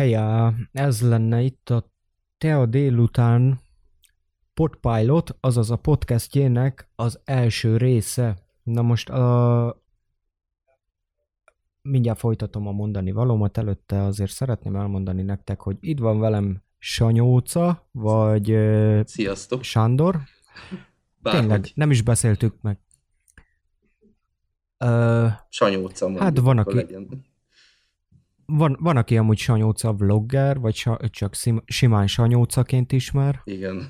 Helya, ez lenne itt a Tea délután Podpilot, azaz a podcastjének az első része. Na most mindjárt folytatom a mondani valómat, előtte azért szeretném elmondani nektek, hogy itt van velem Sanyóca, vagy Sziasztok! Sándor. Bárhogy. Tényleg, nem is beszéltük meg. Sanyóca mondjuk, hát van, aki... legyen. Van, aki amúgy Sanyóca vlogger, vagy csak simán Sanyócaként ismer. Igen.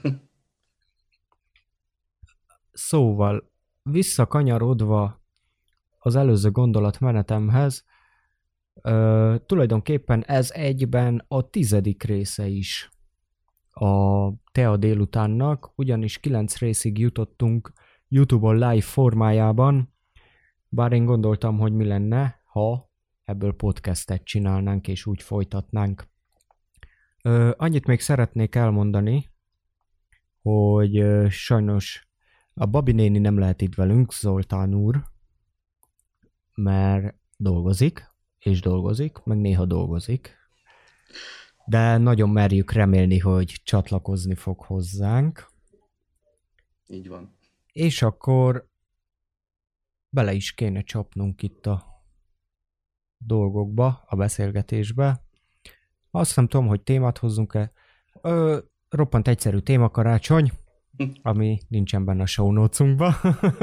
Szóval, visszakanyarodva az előző gondolatmenetemhez, tulajdonképpen ez egyben a 10. része is a Tea délutánnak, ugyanis 9 részig jutottunk YouTube-on live formájában, bár én gondoltam, hogy mi lenne, ha ebből podcastet csinálnánk és úgy folytatnánk. Annyit még szeretnék elmondani, hogy sajnos a Babi néni nem lehet itt velünk, Zoltán úr, mert dolgozik, meg néha dolgozik, de nagyon merjük remélni, hogy csatlakozni fog hozzánk. Így van. És akkor bele is kéne csapnunk itt a dolgokba, a beszélgetésbe. Azt nem tudom, hogy témát hozzunk-e. Roppant egyszerű téma, karácsony, ami nincsen benne a show notes-unkba.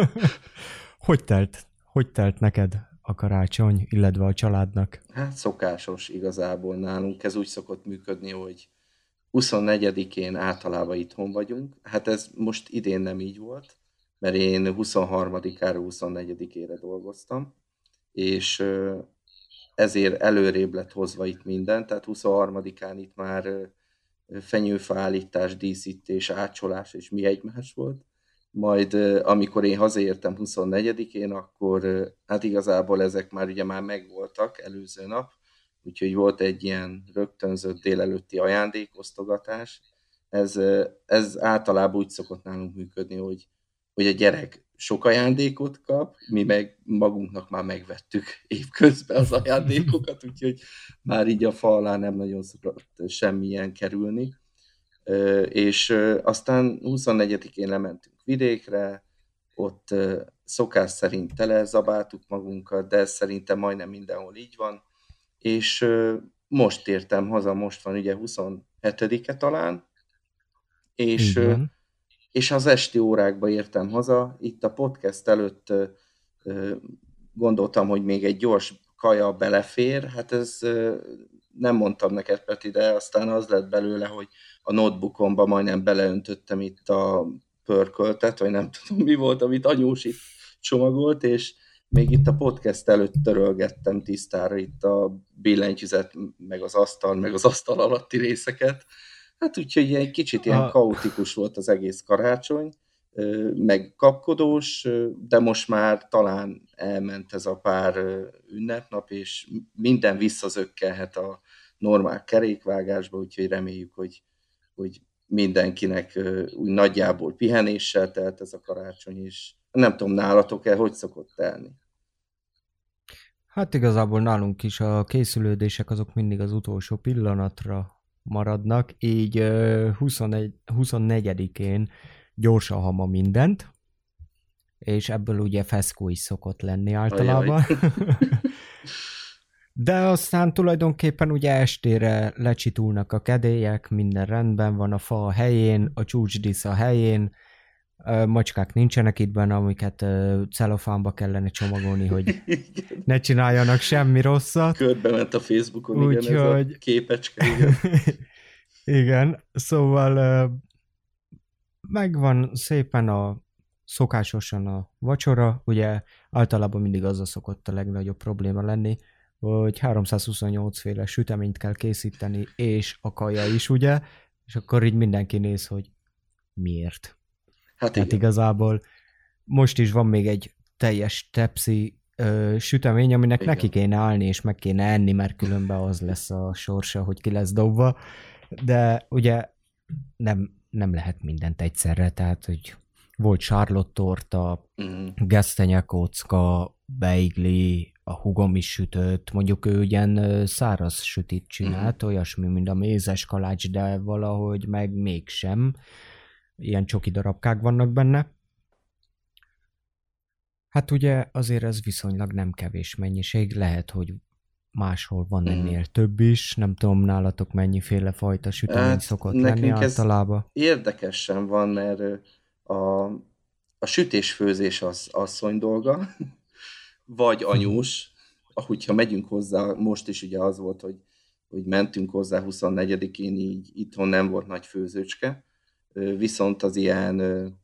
Hogy telt neked a karácsony, illetve a családnak? Hát szokásos igazából nálunk. Ez úgy szokott működni, hogy 24-én általában itthon vagyunk. Hát ez most idén nem így volt, mert én 23-ára, 24-ére dolgoztam, és ezért előrébb lett hozva itt minden, tehát 23-án itt már fenyőfaállítás, díszítés, ácsolás és mi egymás volt. Majd amikor én hazaértem 24-én, akkor hát igazából ezek már ugye már megvoltak előző nap, úgyhogy volt egy ilyen rögtönzött délelőtti ajándékosztogatás. Ez általában úgy szokott nálunk működni, hogy a gyerek sok ajándékot kap, mi meg magunknak már megvettük évközben az ajándékokat, úgyhogy már így a fa alá nem nagyon szokott semmilyen kerülni. És aztán 24-én lementünk vidékre, ott szokás szerint telezabáltuk magunkat, de ez szerintem majdnem mindenhol így van, és most értem haza, most van ugye 27-e talán, és az esti órákba értem haza. Itt a podcast előtt gondoltam, hogy még egy gyors kaja belefér, hát ez nem mondtam neked, Peti, de aztán az lett belőle, hogy a notebookomba majdnem beleöntöttem itt a pörköltet, vagy nem tudom mi volt, amit anyós itt csomagolt, és még itt a podcast előtt törölgettem tisztára itt a billentyűzet, meg az asztal alatti részeket. Hát úgyhogy egy kicsit ilyen kaotikus volt az egész karácsony, meg kapkodós, de most már talán elment ez a pár ünnepnap, és minden visszazökkelhet a normál kerékvágásba, úgyhogy reméljük, hogy mindenkinek úgy nagyjából pihenéssel telt ez a karácsony, és nem tudom, nálatok-e, hogy szokott telni? Hát igazából nálunk is a készülődések azok mindig az utolsó pillanatra maradnak, így 24-én gyorsan hama mindent, és ebből ugye feszkó is szokott lenni általában. De aztán tulajdonképpen ugye estére lecsitulnak a kedélyek, minden rendben van, a fa a helyén, a csúcsdísz a helyén, macskák nincsenek itt benne, amiket celofánba kellene csomagolni, hogy ne csináljanak semmi rosszat. Körbe ment a Facebookon, igen, ez a képecske, igen. Igen, szóval megvan szépen szokásosan a vacsora, ugye általában mindig az a szokott a legnagyobb probléma lenni, hogy 328 féle süteményt kell készíteni, és a kaja is, ugye, és akkor így mindenki néz, hogy miért. Hát igazából most is van még egy teljes tepsi sütemény, aminek igen, neki kéne állni, és meg kéne enni, mert különben az lesz a sorsa, hogy ki lesz dobva. De ugye nem lehet mindent egyszerre, tehát hogy volt Charlotte torta, gesztenyekocka, beigli, a hugom is sütött, mondjuk ő ilyen száraz sütit Uh-huh. csinált, olyasmi, mint a mézes kalács, de valahogy meg mégsem. Ilyen csoki darabkák vannak benne. Hát ugye azért ez viszonylag nem kevés mennyiség, lehet, hogy máshol van Uh-huh. ennél több is, nem tudom nálatok mennyiféle fajta sütemény Hát szokott lenni nekünk ez általában. érdekesen van, mert a, a sütés-főzés az asszony dolga, vagy anyós, ahogyha megyünk hozzá, most is ugye az volt, hogy mentünk hozzá 24-én, így itthon nem volt nagy főzőcske, viszont az ilyen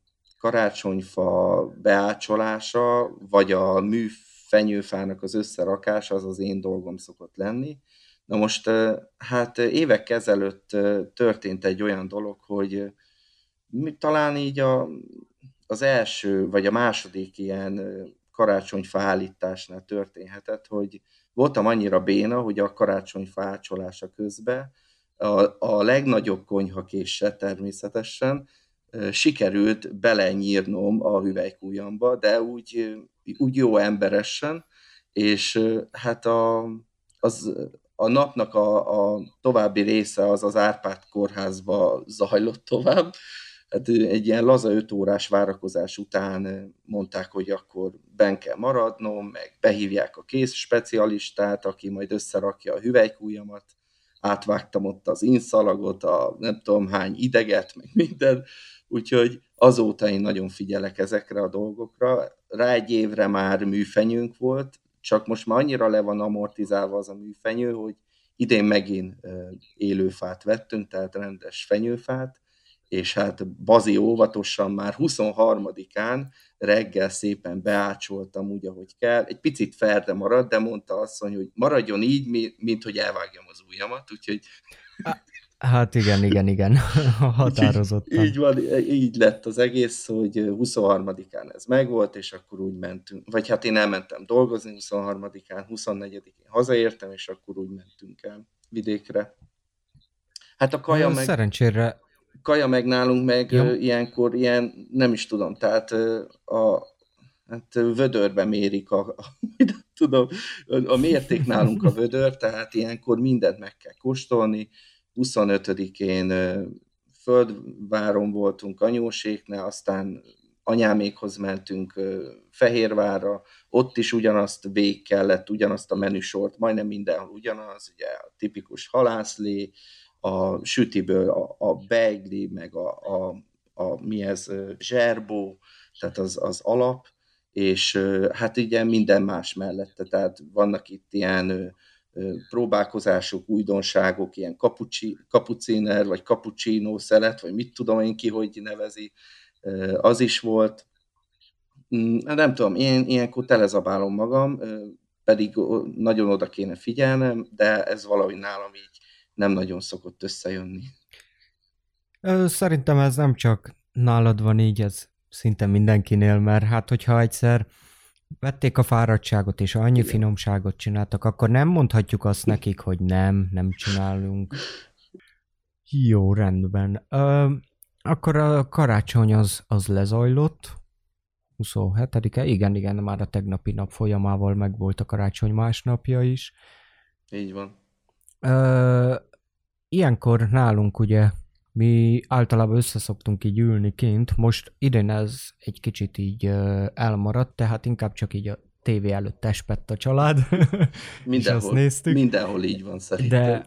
karácsonyfa beácsolása, vagy a műfenyőfának az összerakása, az az én dolgom szokott lenni. Na most, hát évek ezelőtt történt egy olyan dolog, hogy talán így az első, vagy a második ilyen karácsonyfa állításnál történhetett, hogy voltam annyira béna, hogy a karácsonyfa ácsolása közben a legnagyobb konyhakéssel természetesen sikerült belenyírnom a hüvelykujjamba, de úgy jó emberesen, és hát az, a napnak a további része az Árpád kórházba zajlott tovább. Hát egy ilyen laza 5 órás várakozás után mondták, hogy akkor benn kell maradnom, meg behívják a kész specialistát, aki majd összerakja a hüvelykujjamat, átvágtam ott az inszalagot, a nem tudom hány ideget, meg minden, úgyhogy azóta én nagyon figyelek ezekre a dolgokra. Rá egy évre már műfenyőnk volt, csak most már annyira le van amortizálva az a műfenyő, hogy idén megint élőfát vettünk, tehát rendes fenyőfát, és hát bazi óvatosan már 23-án reggel szépen beácsoltam úgy, ahogy kell. Egy picit ferde maradt, de mondta asszony, hogy maradjon így, mint hogy elvágjam az ujjamat, úgyhogy Hát igen, igen, igen, úgyhogy így határozottan. van, így lett az egész, hogy 23-án ez megvolt, és akkor úgy mentünk, vagy hát én elmentem dolgozni 23-án, 24-én hazaértem, és akkor úgy mentünk el vidékre. Hát a Szerencsére, kaja meg nálunk meg ja, ilyenkor ilyen, nem is tudom, tehát hát vödörbe mérik tudom, a mérték nálunk a vödör, tehát ilyenkor mindent meg kell kóstolni. 25-én Földváron voltunk anyóséknál, aztán anyámékhoz mentünk Fehérvárra, ott is ugyanazt végig kellett, ugyanazt a menüsort, majdnem mindenhol ugyanaz, ugye a tipikus halászlé, a sütiből a beigli, meg mi ez, zserbó, tehát az alap, és hát ugye minden más mellette, tehát vannak itt ilyen próbálkozások, újdonságok, ilyen kapuciner, vagy cappuccino szelet, vagy mit tudom én ki, hogy nevezi, az is volt. Nem tudom, én ilyenkor telezabálom magam, pedig nagyon oda kéne figyelnem, de ez valahogy nálam így nem nagyon szokott összejönni. szerintem ez nem csak nálad van így, ez szinte mindenkinél, mert hát hogyha egyszer vették a fáradtságot és annyi Igen. finomságot csináltak, akkor nem mondhatjuk azt nekik, hogy nem csinálunk. Jó, rendben. Akkor a karácsony az lezajlott, 27-e, igen, igen, már a tegnapi nap folyamával megvolt a karácsony másnapja is. Így van. Ö, ilyenkor nálunk ugye mi általában összeszoktunk így ülni kint, most idén ez egy kicsit így elmaradt, tehát inkább csak így a tévé előtt espett a család, és azt néztük, Mindenhol így van szerintem. de,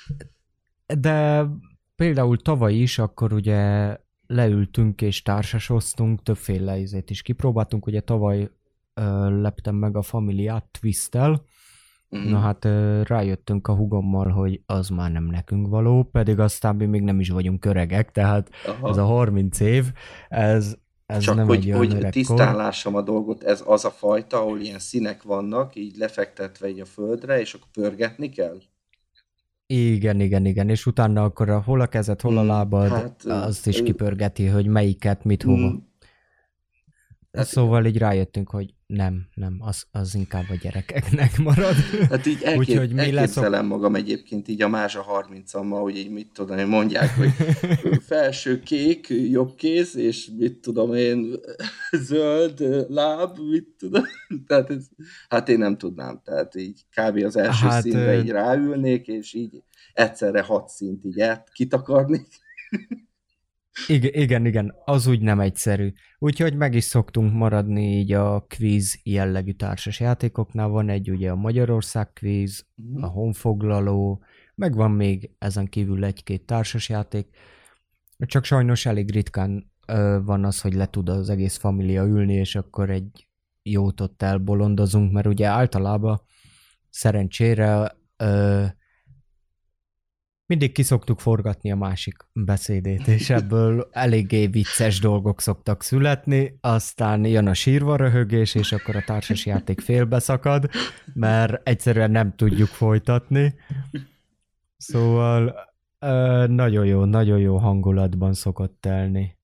de például tavaly is, akkor ugye leültünk és társasoztunk, többféle ízét is kipróbáltunk, ugye tavaly leptem meg a familiát Twist-tel. Na Uh-huh. hát rájöttünk a hugommal, hogy az már nem nekünk való, pedig aztán mi még nem is vagyunk öregek, tehát ez a Aha. 30 év, ez Csak nem egy olyan hogy tisztán öregkor. lássam a dolgot, ez az a fajta, ahol ilyen színek vannak, így lefektetve így a földre, és akkor pörgetni kell? Igen, igen, igen, és utána akkor hol a kezed, hol a lábad, Hát, azt is kipörgeti, hogy melyiket, mit, mm, hova. hát igen. Szóval így rájöttünk, hogy nem, az inkább a gyerekeknek marad. Hát így Úgyhogy mi elképzelem magam egyébként így a Mázsa 30-ammal, hogy így mit tudom én, mondják, hogy felső kék, jobb kéz, és mit tudom én, zöld láb, mit tudom. Tehát hát én nem tudnám, tehát így kb. Az első Hát színre így ráülnék, és így egyszerre 6 színt így kitakarnék. igen, az úgy nem egyszerű. Úgyhogy meg is szoktunk maradni így a quiz jellegű társas játékoknál. Van egy ugye a Magyarország quiz, a honfoglaló, meg van még ezen kívül egy-két társas játék. Csak sajnos elég ritkán van az, hogy le tud az egész família ülni, és akkor egy jót ott elbolondozunk, mert ugye általában szerencsére mindig kiszoktuk forgatni a másik beszédét, és ebből eléggé vicces dolgok szoktak születni, aztán jön a sírva röhögés, és akkor a társasjáték félbeszakad, mert egyszerűen nem tudjuk folytatni. Szóval nagyon jó hangulatban szokott telni.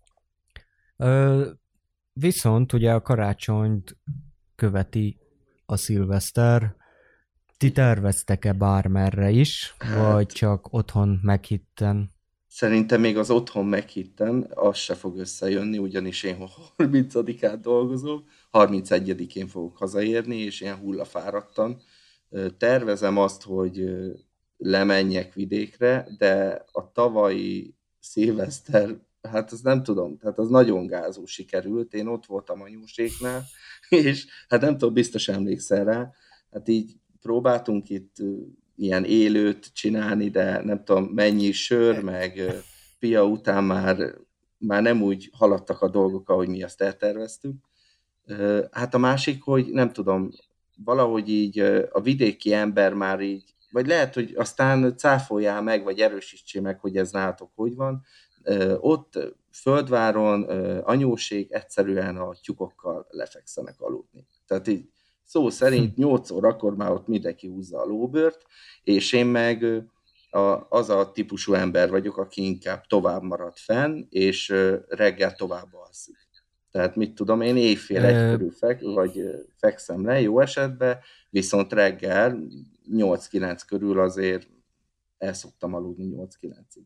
Viszont ugye a karácsonyt követi a szilveszter. Ti terveztek-e bármerre is, vagy csak otthon meghitten? Szerintem még az otthon meghitten, az se fog összejönni, ugyanis én 30-án dolgozom, 31-én fogok hazaérni, és ilyen hullafáradtan. Tervezem azt, hogy lemenjek vidékre, de a tavalyi szilveszter, hát az nem tudom, tehát az nagyon gázul sikerült. Én ott voltam anyóséknál, és hát nem tudom, biztos emlékszel rá, hát így próbáltunk itt ilyen élőt csinálni, de nem tudom mennyi sör, meg pia után már nem úgy haladtak a dolgok, ahogy mi azt elterveztük. Hát a másik, hogy nem tudom, valahogy így a vidéki ember már így, vagy lehet, hogy aztán cáfoljál meg, vagy erősítsé meg, hogy ez nálatok hogy van. Ott Földváron anyóség egyszerűen a tyúkokkal lefekszenek aludni. Tehát így szó szerint 8 órakor már ott mindenki húzza a lóbört, és én meg az a típusú ember vagyok, aki inkább tovább marad fenn, és reggel tovább alszik. Tehát mit tudom, én éjfél egy körül fekszem le jó esetben, viszont reggel 8-9 körül azért el szoktam aludni 8-9-ig.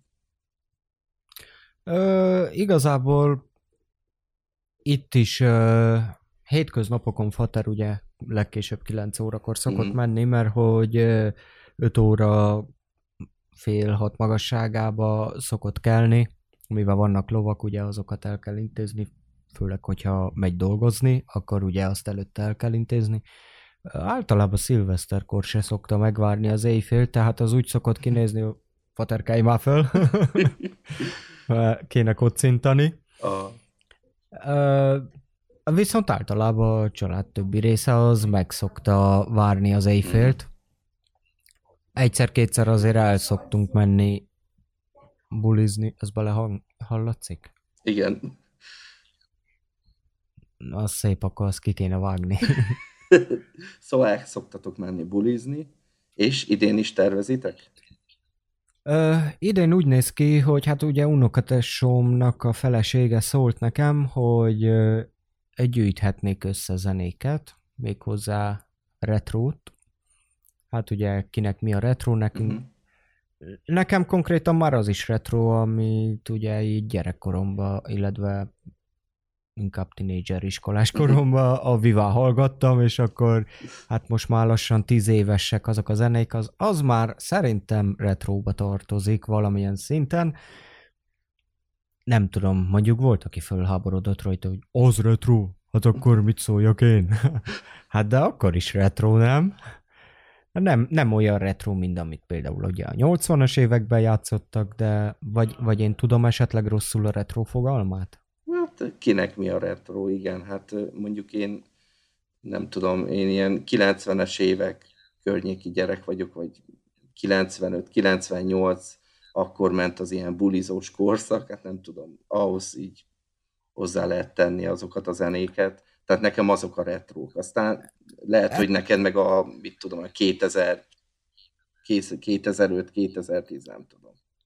Igazából itt is hétköznapokon Fater ugye legkésőbb 9 órakor szokott menni, mert hogy 5 óra fél 6 magasságába szokott kelni, mivel vannak lovak, ugye azokat el kell intézni, főleg, hogyha megy dolgozni, akkor ugye azt előtte el kell intézni. Általában szilveszterkor se szokta megvárni az éjfél, tehát az úgy szokott kinézni, hogy faterkálj már föl, kéne kocintani. Viszont általában a család többi része az meg szokta várni az éjfélt. Egyszer-kétszer azért el szoktunk menni bulizni, ez hallatszik? Igen. Az szép, akkor azt ki kéne vágni. Szóval el szoktatok menni bulizni, és idén is tervezitek? Idén úgy néz ki, hogy hát ugye unokatesómnak a felesége szólt nekem, hogy gyűjthetnék össze zenéket, méghozzá retrót. Hát ugye kinek mi a retro, nekünk. Nekem konkrétan már az is retro, amit ugye így gyerekkoromban, illetve inkább tinédzser iskolás koromban a Vivá hallgattam, és akkor hát most már lassan 10 évesek azok a zenék, az már szerintem retróba tartozik valamilyen szinten. Nem tudom, mondjuk volt, aki fölháborodott rajta, hogy az retro, hát akkor mit szóljak én? Hát de akkor is retro, nem? Nem olyan retro, mint amit például ugye a 80-as években játszottak, de vagy én tudom esetleg rosszul a retro fogalmát? Hát kinek mi a retro, igen. Hát mondjuk én nem tudom, én ilyen 90-es évek környéki gyerek vagyok, vagy 95-98, akkor ment az ilyen bulizós korszak, hát nem tudom, ahhoz így hozzá lehet tenni azokat a zenéket. Tehát nekem azok a retrók. Aztán lehet, hogy neked meg a, mit tudom, a 2005-2010, nem tudom.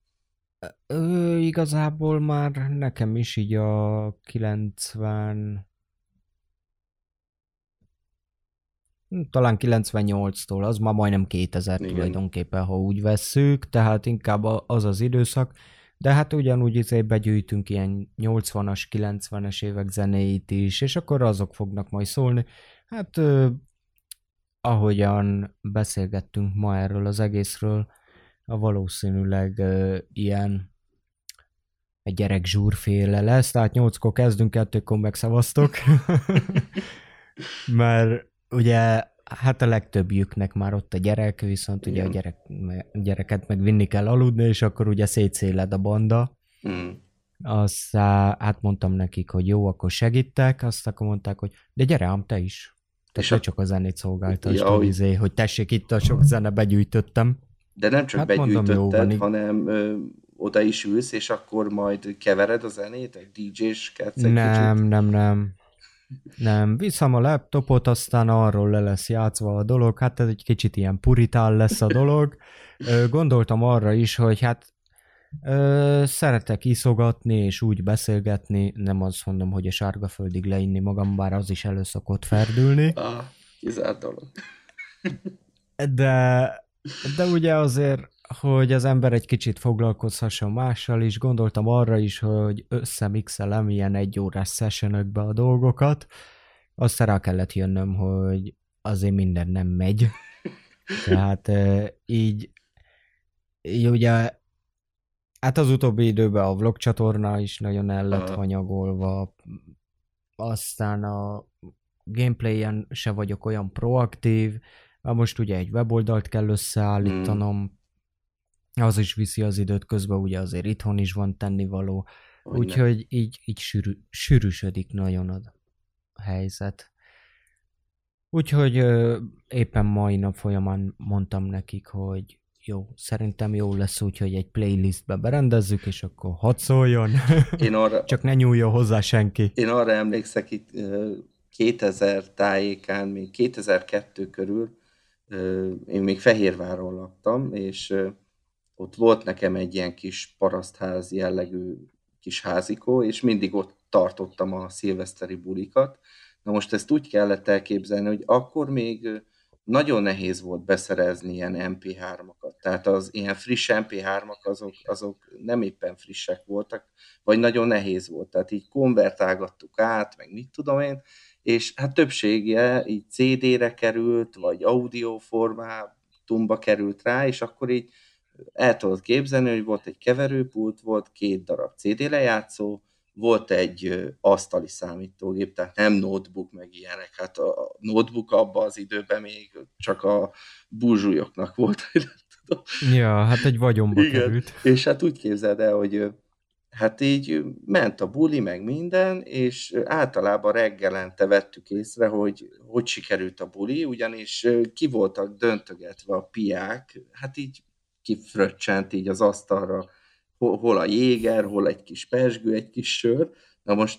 Igazából már nekem is így a 90 talán 98-tól, az már majdnem 2000 Igen. tulajdonképpen, ha úgy vesszük, tehát inkább az az időszak, de hát ugyanúgy begyűjtünk ilyen 80-as, 90-es évek zenéit is, és akkor azok fognak majd szólni. Hát ahogyan beszélgettünk ma erről az egészről, valószínűleg ilyen egy gyerek zsúrféle lesz, tehát 8-kor kezdünk, 2-kor megszavaztok, mert ugye hát a legtöbbjüknek már ott a gyerek, viszont ugye Igen. gyereket meg vinni kell aludni, és akkor ugye szétszéled a banda. Mm. Aztán hát mondtam nekik, hogy jó, akkor segítek, azt akkor mondták, hogy de gyere ám te is. Tehát És ne csak a zenét szolgáltasd, ja, hogy, hogy tessék, itt a sok zene begyűjtöttem. de nem csak Hát mondom, jó van. begyűjtötted, hanem oda is ülsz, és akkor majd kevered a zenét, egy DJ-skedsz egy Nem, kicsit. nem, nem. Nem, viszem a laptopot, aztán arról le lesz játszva a dolog, hát ez egy kicsit ilyen puritán lesz a dolog. Gondoltam arra is, hogy hát szeretek iszogatni és úgy beszélgetni, nem azt mondom, hogy a sárgaföldig leinni magam, bár az is elő szokott ferdülni, Ah, kizárt dolog. de, de ugye azért, hogy az ember egy kicsit foglalkozhasson mással is, gondoltam arra is, hogy összemixelem ilyen 1 órás sessionökbe a dolgokat, aztán rá kellett jönnöm, hogy azért minden nem megy. Tehát így ugye, hát az utóbbi időben a vlog csatorna is nagyon el lett Ah, hanyagolva, aztán a gameplayen se vagyok olyan proaktív, most ugye egy weboldalt kell összeállítanom, az is viszi az időt, közben ugye azért itthon is van tennivaló, hogy ne. úgyhogy így sűrűsödik nagyon a helyzet. Úgyhogy éppen mai nap folyamán mondtam nekik, hogy jó, szerintem jó lesz úgy, hogy egy playlistbe berendezzük, és akkor hadd szóljon, Én arra, csak ne nyúljon hozzá senki. én arra emlékszek itt 2000 tájékán, még 2002 körül, én még Fehérváron laktam, és ott volt nekem egy ilyen kis parasztház jellegű kis házikó, és mindig ott tartottam a szilveszteri bulikat. Na most ezt úgy kellett elképzelni, hogy akkor még nagyon nehéz volt beszerezni ilyen MP3-akat. Tehát az ilyen friss MP3-ak azok nem éppen frissek voltak, vagy nagyon nehéz volt. Tehát így konvertálgattuk át, meg mit tudom én, és hát többsége így CD-re került, vagy audio formátumba került rá, és akkor így el tudod képzelni, hogy volt egy keverőpult, volt 2 darab CD lejátszó, volt egy asztali számítógép, tehát nem notebook meg ilyenek. Hát a notebook abban az időben még csak a burzsúlyoknak volt, hogy nem tudom. Ja, hát egy vagyonba Igen, került. és hát úgy képzeld el, hogy hát így ment a buli, meg minden, és általában reggelente vettük észre, hogy sikerült a buli, ugyanis ki voltak döntögetve a piák, hát így kifröccsent így az asztalra, hol a jéger, hol egy kis pezsgő, egy kis sör. Na most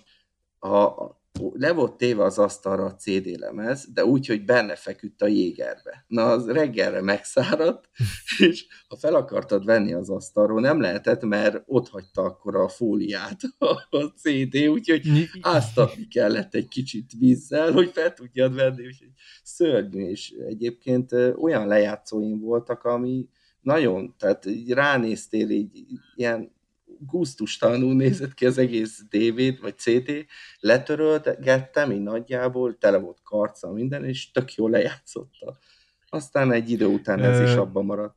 le volt téve az asztalra a CD lemez, de úgy, hogy benne feküdt a jégerbe. Na, az reggelre megszáradt, és ha fel akartad venni az asztalról, nem lehetett, mert ott hagyta akkor a fóliát a CD, úgyhogy áztatni kellett egy kicsit vízzel, hogy fel tudjad venni, úgyhogy szörnyű, és egyébként olyan lejátszóim voltak, ami nagyon, tehát így ránéztél, így ilyen gusztustalanul nézett ki az egész DVD vagy CD, letörölgettem, így nagyjából, tele volt karca minden, és tök jól lejátszotta. Aztán egy idő után ez is abba maradt.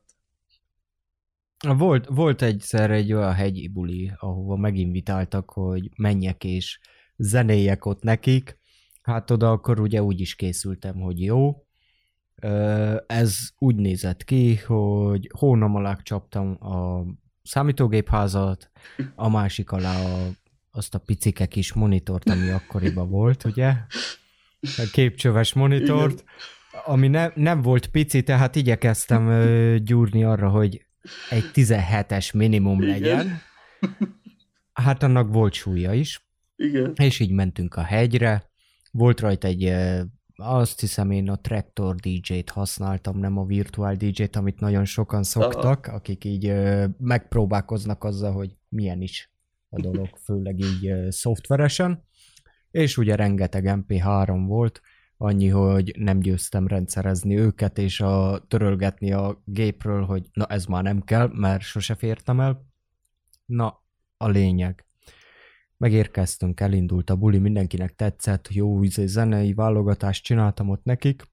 Volt egyszer egy olyan hegyi buli, ahova meginvitáltak, hogy menjek és zenéjek ott nekik. Hát oda akkor ugye úgy is készültem, hogy jó. Ez úgy nézett ki, hogy hónom alá csaptam a számítógépházat, a másik alá azt a picike kis monitort, ami akkoriban volt, ugye? A képcsöves monitort, Igen. ami nem volt pici, tehát igyekeztem gyúrni arra, hogy egy 17-es minimum Igen. legyen. Hát annak volt súlya is. Igen. És így mentünk a hegyre. Volt rajta egy, azt hiszem én a Traktor DJ-t használtam, nem a Virtual DJ-t, amit nagyon sokan szoktak, akik így megpróbálkoznak azzal, hogy milyen is a dolog, főleg így szoftveresen. És ugye rengeteg MP3 volt, annyi, hogy nem győztem rendszerezni őket, és törölgetni a gépről, hogy na ez már nem kell, mert sose fértem el. Na, a lényeg. Megérkeztünk, elindult a buli, mindenkinek tetszett, jó zenei válogatást csináltam ott nekik.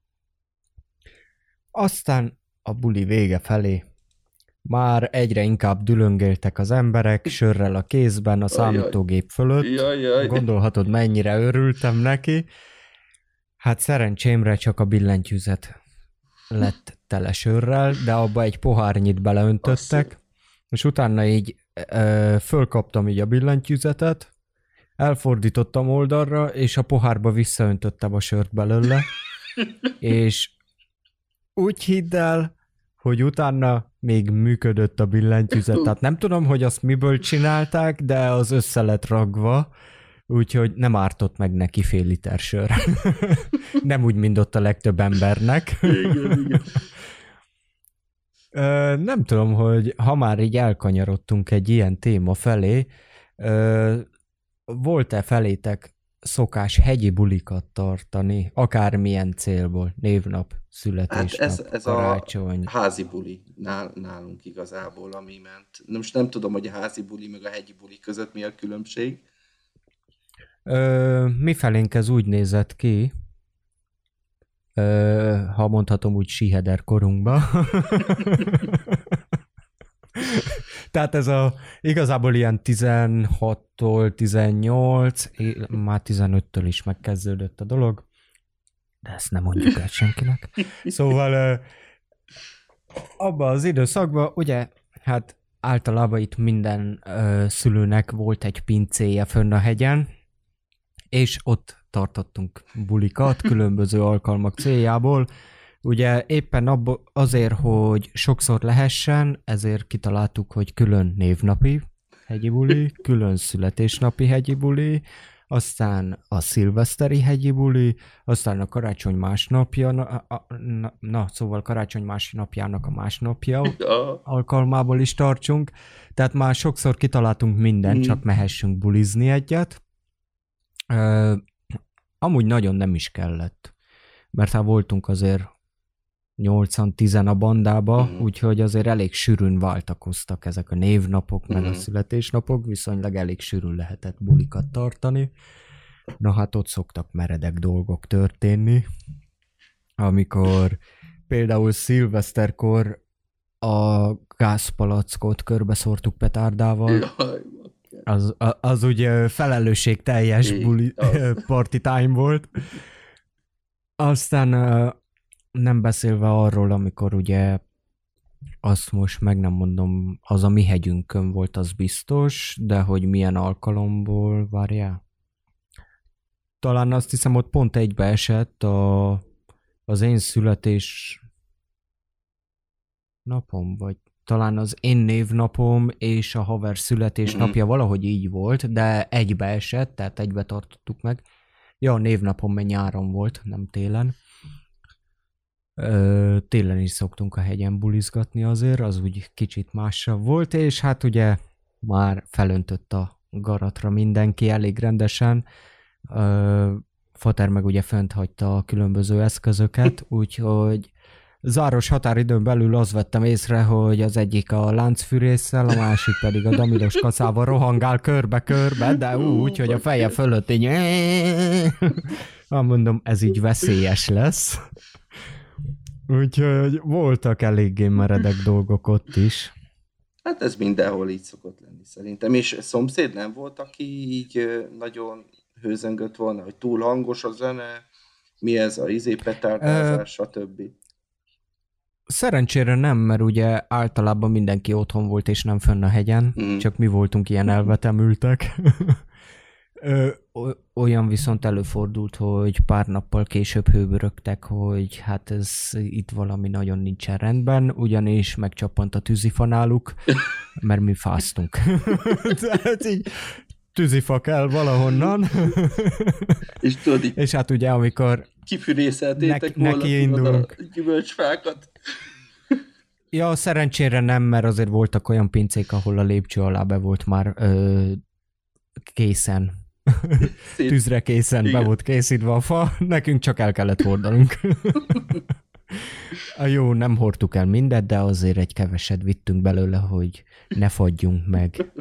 Aztán a buli vége felé már egyre inkább dülöngéltek az emberek, sörrel a kézben, a számítógép fölött. Jaj. Gondolhatod, mennyire örültem neki. Hát szerencsémre csak a billentyűzet lett tele sörrel, de abba egy pohárnyit beleöntöttek, és utána így fölkaptam így a billentyűzetet, elfordítottam oldalra, és a pohárba visszaöntöttem a sört belőle, és úgy hidd el, hogy utána még működött a billentyűzet. Tehát nem tudom, hogy azt miből csinálták, de az össze lett ragva, úgyhogy nem ártott meg neki fél liter sör. Nem úgy, mint ott a legtöbb embernek. Igen. Nem tudom, hogy ha már így elkanyarodtunk egy ilyen téma felé, volt-e felétek szokás hegyi bulikat tartani, akármilyen célból, névnap, születésnap, hát ez karácsony. a házi buli nálunk igazából, ami ment. Most nem tudom, hogy a házi buli meg a hegyi buli között mi a különbség. Mifelénk ez úgy nézett ki, ha mondhatom úgy síheder korunkba. Tehát ez igazából ilyen 16-tól 18, már 15-től is megkezdődött a dolog, de ezt nem mondjuk el senkinek. Szóval abban az időszakban, ugye, hát általában itt minden szülőnek volt egy pincéje fönn a hegyen, és ott tartottunk bulikat különböző alkalmak céljából. Ugye éppen azért, hogy sokszor lehessen, ezért kitaláltuk, hogy külön névnapi hegyi buli, külön születésnapi hegyi buli, aztán a szilveszteri hegyi buli, aztán a karácsony másnapja, szóval karácsony másnapjának a másnapja alkalmából is tartsunk. Tehát már sokszor kitaláltunk mindent, csak mehessünk bulizni egyet. Amúgy nagyon nem is kellett, mert hát voltunk azért 8-10 a bandába, úgyhogy azért elég sűrűn váltakoztak ezek a névnapok, meg a születésnapok, viszonylag elég sűrűn lehetett bulikat tartani. Na hát ott szoktak meredek dolgok történni, amikor például szilveszterkor a gázpalackot körbeszórtuk petárdával, az ugye felelősségteljes buli, party time volt. Aztán nem beszélve arról, amikor ugye azt most meg nem mondom, az a mi hegyünkön volt, az biztos, de hogy milyen alkalomból, várjál? Talán azt hiszem, ott pont egybeesett az én születés napom, vagy talán az én névnapom és a haver születésnapja valahogy így volt, de egybeesett, tehát egybe tartottuk meg. Ja, a névnapom meg nyáron volt, nem télen. Télen is szoktunk a hegyen bulizgatni azért, az úgy kicsit másabb volt, és hát ugye már felöntött a garatra mindenki elég rendesen. Fater meg ugye fent hagyta a különböző eszközöket, úgyhogy záros határidőn belül azt vettem észre, hogy az egyik a láncfűrésszel, a másik pedig a damilos kaszával rohangál körbe-körbe, de úgy, hogy a feje fölött így mondom, ez így veszélyes lesz. Úgyhogy voltak eléggé meredek dolgok ott is. Hát ez mindenhol így szokott lenni szerintem. És szomszéd nem volt, aki így nagyon hőzöngött volna, hogy túl hangos a zene, mi ez a petárdázás, stb. Szerencsére nem, mert ugye általában mindenki otthon volt és nem fönn a hegyen, csak mi voltunk ilyen elvetemültek. Olyan viszont előfordult, hogy pár nappal később hőbörögtek, hogy hát ez itt valami nagyon nincsen rendben, ugyanis megcsappant a tűzifa náluk, mert mi fáztunk. Tehát így tűzifa kell valahonnan. És tudod, és hát ugye amikor kifűrészeltétek volna a gyümölcsfákat. Ja, szerencsére nem, mert azért voltak olyan pincék, ahol a lépcső alá be volt már készen Tűzre készen be Igen. volt készítve a fa, nekünk csak el kellett hordanunk. A jó, nem hordtuk el mindet, de azért egy keveset vittünk belőle, hogy ne fagyjunk meg.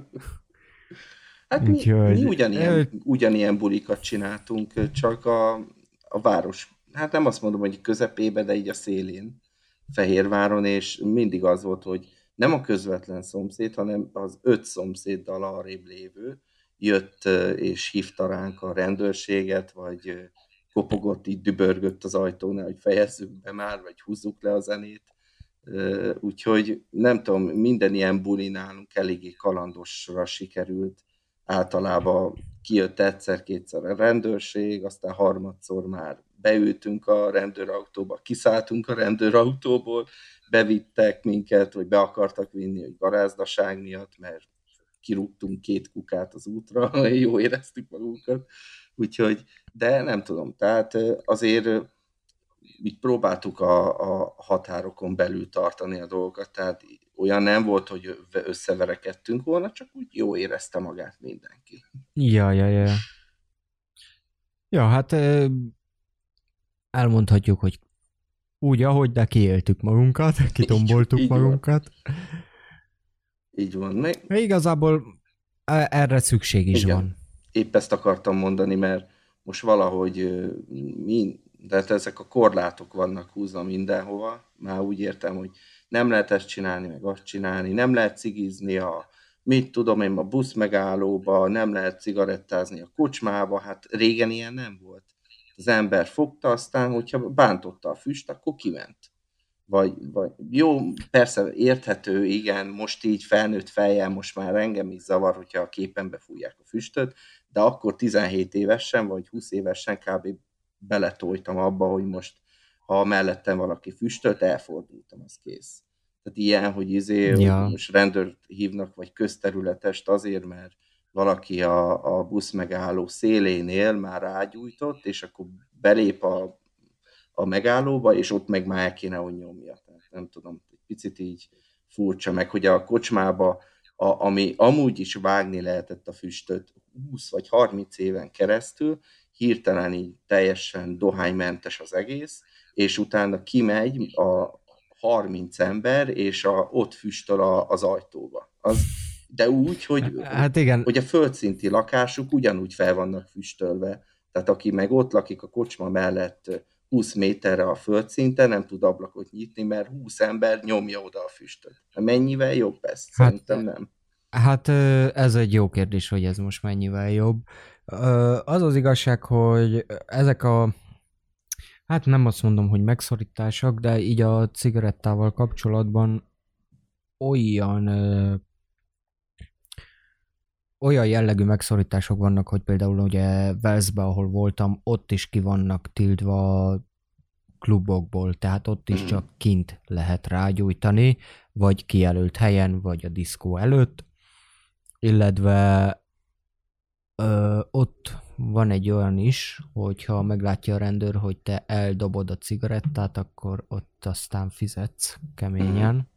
Hát mi Úgyhogy, ugyanilyen bulikat csináltunk, csak a város, hát nem azt mondom, hogy közepébe, de így a szélén, Fehérváron, és mindig az volt, hogy nem a közvetlen szomszéd, hanem az 5 szomszéddal arrébb lévő jött és hívta ránk a rendőrséget, vagy kopogott, így dübörgött az ajtónál, hogy fejezzük be már, vagy húzzuk le a zenét. Úgyhogy nem tudom, minden ilyen buli nálunk eléggé kalandosra sikerült. Általában kijött egyszer-kétszer a rendőrség, aztán harmadszor már beültünk a rendőrautóba, kiszálltunk a rendőrautóból, bevittek minket, vagy be akartak vinni, hogy garázdaság miatt, mert kirúgtunk 2 kukát az útra, jó éreztük magunkat. Úgyhogy, de nem tudom, tehát azért így próbáltuk a határokon belül tartani a dolgokat, tehát olyan nem volt, hogy összeverekedtünk volna, csak úgy jó érezte magát mindenki. ja. Ja, hát elmondhatjuk, hogy úgy, ahogy, de kiéltük magunkat, kitomboltuk Így van. magunkat. Így van. Meg, Igazából erre szükség is igen, van. épp ezt akartam mondani, mert most valahogy de hát ezek a korlátok vannak húzva mindenhova, már úgy értem, hogy nem lehet ezt csinálni, meg azt csinálni, nem lehet cigizni mit tudom én, a busz megállóba, nem lehet cigarettázni a kocsmába, hát régen ilyen nem volt. Az ember fogta, aztán, hogyha bántotta a füst, akkor kiment. Vagy jó, persze érthető, igen, most így felnőtt fejjel most már engem is zavar, hogyha a képembe fújják a füstöt, de akkor 17 évesen vagy 20 évesen kb. Beletoltam abba, hogy most ha mellettem valaki füstölt, elfordultam, az kész. Tehát ilyen, hogy Ja, most rendőrt hívnak, vagy közterületest azért, mert valaki a busz megálló szélénél már rágyújtott, és akkor belép a megállóba, és ott meg már el kéne, hogy nyomja. Tehát nem tudom, egy picit így furcsa, meg hogy a kocsmába, ami amúgy is vágni lehetett a füstöt 20 vagy 30 éven keresztül, hirtelen így teljesen dohánymentes az egész, és utána kimegy a 30 ember, és ott füstöl az ajtóba. De úgy, hát igen, hogy a földszinti lakásuk ugyanúgy fel vannak füstölve. Tehát aki meg ott lakik a kocsma mellett 20 méterre a földszinten, nem tud ablakot nyitni, mert 20 ember nyomja oda a füstöt. Mennyivel jobb ez? hát, Szerintem nem. hát ez egy jó kérdés, hogy ez most mennyivel jobb. Az az igazság, hogy ezek hát nem azt mondom, hogy megszorítások, de így a cigarettával kapcsolatban olyan olyan jellegű megszorítások vannak, hogy például ugye Walesbe, ahol voltam, ott is ki vannak tiltva klubokból, tehát ott is Mm. csak kint lehet rágyújtani, vagy kijelölt helyen, vagy a diszkó előtt, illetve ott van egy olyan is, hogyha meglátja a rendőr, hogy te eldobod a cigarettát, akkor ott aztán fizetsz Mm. keményen.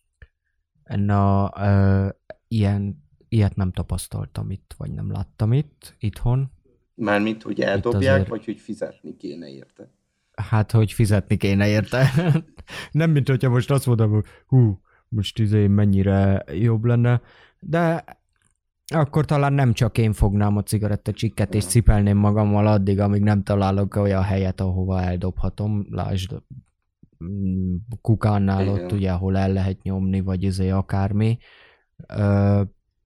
Ilyet nem tapasztaltam itt, vagy nem láttam itt, itthon. Mármint, hogy Itt eldobják, azért, vagy hogy fizetni kéne érte. hát, hogy fizetni kéne érte. Nem, mint hogyha most azt mondom, hogy most mennyire jobb lenne, de akkor talán nem csak én fognám a cigarettacsikket és Ja. cipelném magammal addig, amíg nem találok olyan helyet, ahova eldobhatom. Lásd, Kukánnál ott Igen. ugye, ahol el lehet nyomni, vagy akármi. Ö,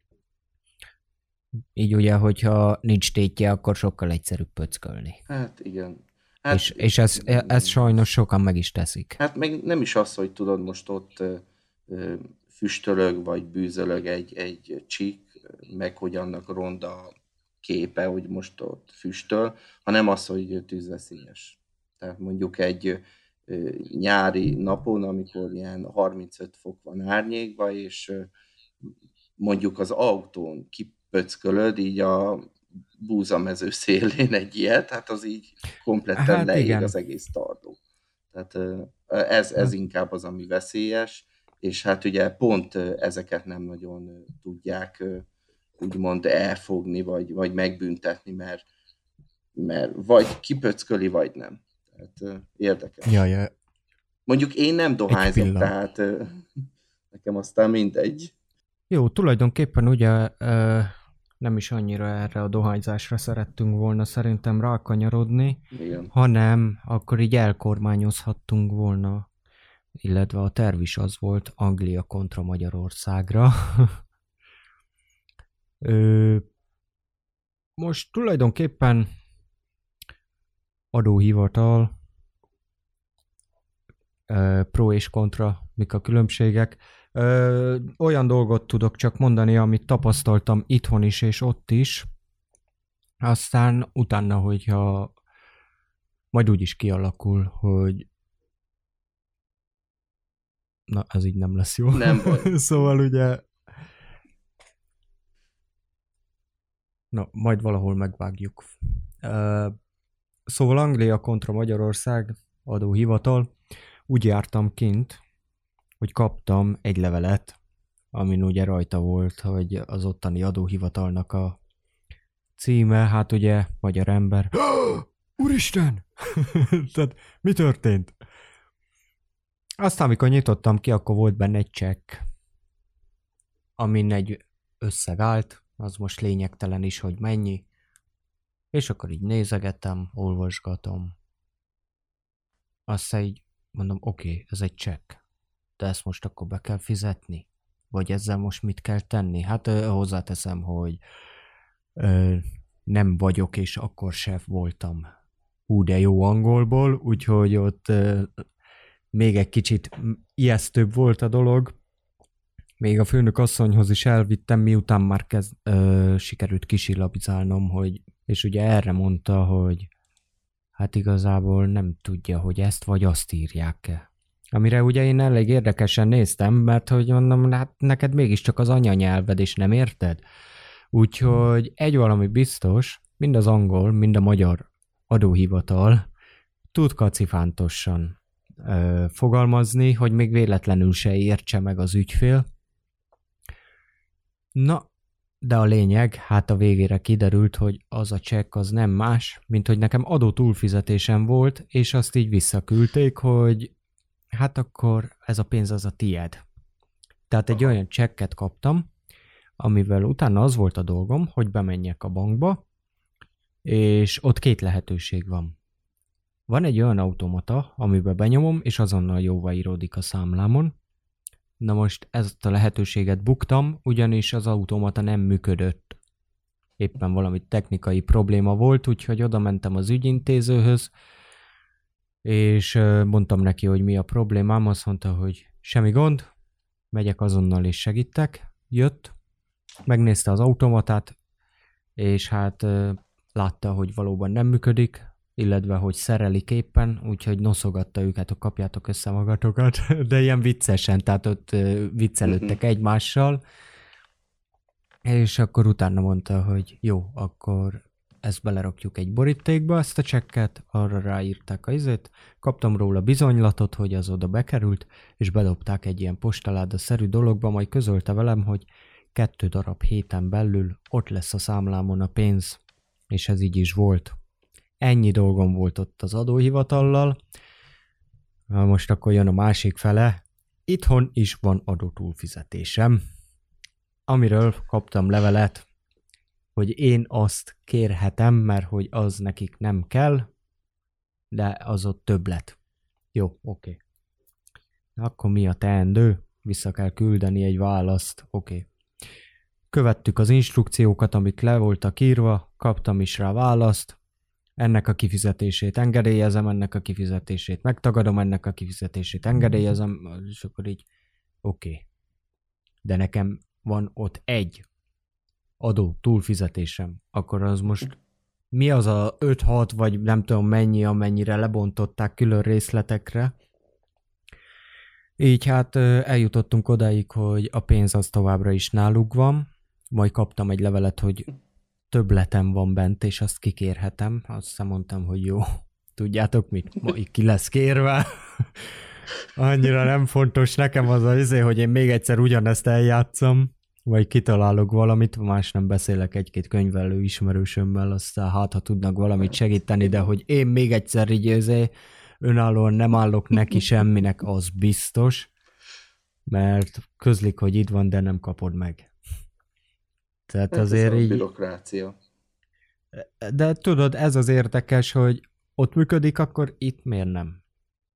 Így ugye, hogyha nincs tétje, akkor sokkal egyszerűbb pöckölni. Hát igen. És, Hát, és ez sajnos sokan meg is teszik. hát meg nem is az, hogy tudod, most ott füstölög, vagy bűzölög egy csík, meg hogy annak ronda képe, hogy most ott füstöl, hanem az, hogy tűzveszélyes. Tehát mondjuk egy nyári napon, amikor ilyen 35 fok van árnyékban, és mondjuk az autón kipöckölöd, így a búzamező szélén egy ilyet, hát az így kompletten Hát leég az igen. egész tardó. Tehát ez Hát, inkább az, ami veszélyes, és hát ugye pont ezeket nem nagyon tudják úgymond elfogni, vagy megbüntetni, mert vagy kipöcköli, vagy nem. Tehát érdekes. Ja. Mondjuk én nem dohányzom, tehát nekem aztán mindegy. Jó, tulajdonképpen ugye nem is annyira erre a dohányzásra szerettünk volna szerintem rákanyarodni, Igen. hanem akkor így elkormányozhattunk volna, illetve a terv is az volt Anglia kontra Magyarországra. Most tulajdonképpen adóhivatal, pro és kontra, mik a különbségek. Olyan dolgot tudok csak mondani, amit tapasztaltam itthon is és ott is. Aztán utána, hogyha majd úgy is kialakul, hogy na, ez így nem lesz jó. Nem baj. Szóval ugye na, majd valahol megvágjuk. Szóval Anglia kontra Magyarország adóhivatal. Úgy jártam kint, hogy kaptam egy levelet, amin ugye rajta volt, hogy az ottani adóhivatalnak a címe, hát ugye magyar ember. Úristen! Tehát mi történt? Aztán, amikor nyitottam ki, akkor volt benne egy csekk, amin egy összeg állt, az most lényegtelen is, hogy mennyi, és akkor így nézegetem, olvasgatom. Aztán így mondom, oké, ez egy csekk, de ezt most akkor be kell fizetni? Vagy ezzel most mit kell tenni? Hát hozzáteszem, hogy nem vagyok, és akkor se voltam de jó angolból, úgyhogy ott még egy kicsit ijesztőbb volt a dolog. Még a főnök asszonyhoz is elvittem, miután már sikerült kisilabizálnom, hogy, és ugye erre mondta, hogy hát igazából nem tudja, hogy ezt vagy azt írják-e. Amire ugye én elég érdekesen néztem, mert hogy mondom, hát neked mégiscsak az anyanyelved, és nem érted? Úgyhogy egy valami biztos, mind az angol, mind a magyar adóhivatal tud kacifántosan fogalmazni, hogy még véletlenül se értse meg az ügyfél. Na, de a lényeg, hát a végére kiderült, hogy az a csekk az nem más, mint hogy nekem adó túlfizetésem volt, és azt így visszaküldték, hogy hát akkor ez a pénz az a tied. Tehát egy olyan csekket kaptam, amivel utána az volt a dolgom, hogy bemenjek a bankba, és ott két lehetőség van. Van egy olyan automata, amiben benyomom, és azonnal jóváíródik a számlámon. Na most ezt a lehetőséget buktam, ugyanis az automata nem működött. Éppen valami technikai probléma volt, úgyhogy oda mentem az ügyintézőhöz, és mondtam neki, hogy mi a problémám, azt mondta, hogy semmi gond, megyek azonnal és segítek. Jött, megnézte az automatát, és hát látta, hogy valóban nem működik, illetve, hogy szerelik éppen, úgyhogy noszogatta őket, hogy kapjátok össze magatokat, de ilyen viccesen, tehát ott viccelődtek egymással, és akkor utána mondta, hogy jó, akkor ezt belerakjuk egy borítékba, ezt a csekket, arra ráírták a izét, kaptam róla bizonylatot, hogy az oda bekerült, és bedobták egy ilyen postaláda-szerű dologba, majd közölte velem, hogy 2 darab héten belül ott lesz a számlámon a pénz, és ez így is volt. Ennyi dolgom volt ott az adóhivatallal. Most akkor jön a másik fele. Itthon is van adótúlfizetésem, amiről kaptam levelet, hogy én azt kérhetem, mert hogy az nekik nem kell, de az ott többlet. Jó, oké. Akkor mi a teendő? Vissza kell küldeni egy választ. Oké. Követtük az instrukciókat, amik le voltak írva, kaptam is rá választ. Ennek a kifizetését engedélyezem, ennek a kifizetését megtagadom, ennek a kifizetését engedélyezem, és akkor így oké. De nekem van ott egy adó túlfizetésem, akkor az most mi az a 5-6 vagy nem tudom mennyi, amennyire lebontották külön részletekre. Így hát eljutottunk odáig, hogy a pénz az továbbra is náluk van, majd kaptam egy levelet, hogy többletem van bent, és azt kikérhetem. Aztán mondtam, hogy jó, tudjátok mit? Ma ki lesz kérve. Annyira nem fontos nekem az hogy én még egyszer ugyanezt eljátszom. Vagy kitalálok valamit, más nem beszélek egy-két könyvelő ismerősömmel, aztán hát, ha tudnak valamit Hát, segíteni, de igen. hogy én még egyszer így önállóan nem állok neki semminek, az biztos, mert közlik, hogy itt van, de nem kapod meg. Tehát Hát ez azért a így, bürokrácia. de tudod, ez az érdekes, hogy ott működik, akkor itt miért nem?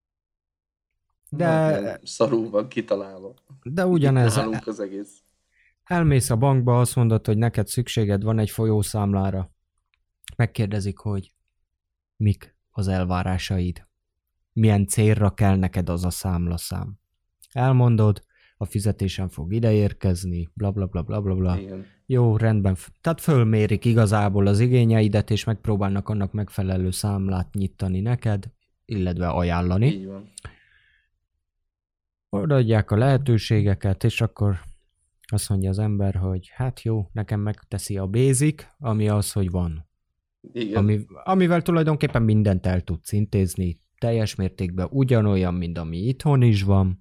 Hát De, ilyen szarul van kitalálva. de Itt ugyanez, nálunk az egész. elmész a bankba, azt mondod, hogy neked szükséged van egy folyószámlára. Megkérdezik, hogy mik az elvárásaid, milyen célra kell neked az a számlaszám. Elmondod, a fizetésen fog ideérkezni, bla bla bla bla bla bla. Igen. Jó, rendben. Tehát fölmérik igazából az igényeidet, és megpróbálnak annak megfelelő számlát nyitani neked, illetve ajánlani. Így van. Odaadják a lehetőségeket, és akkor azt mondja az ember, hogy hát jó, nekem megteszi a basic, ami az, hogy van. Igen. Amivel tulajdonképpen mindent el tudsz intézni, teljes mértékben ugyanolyan, mint ami itthon is van.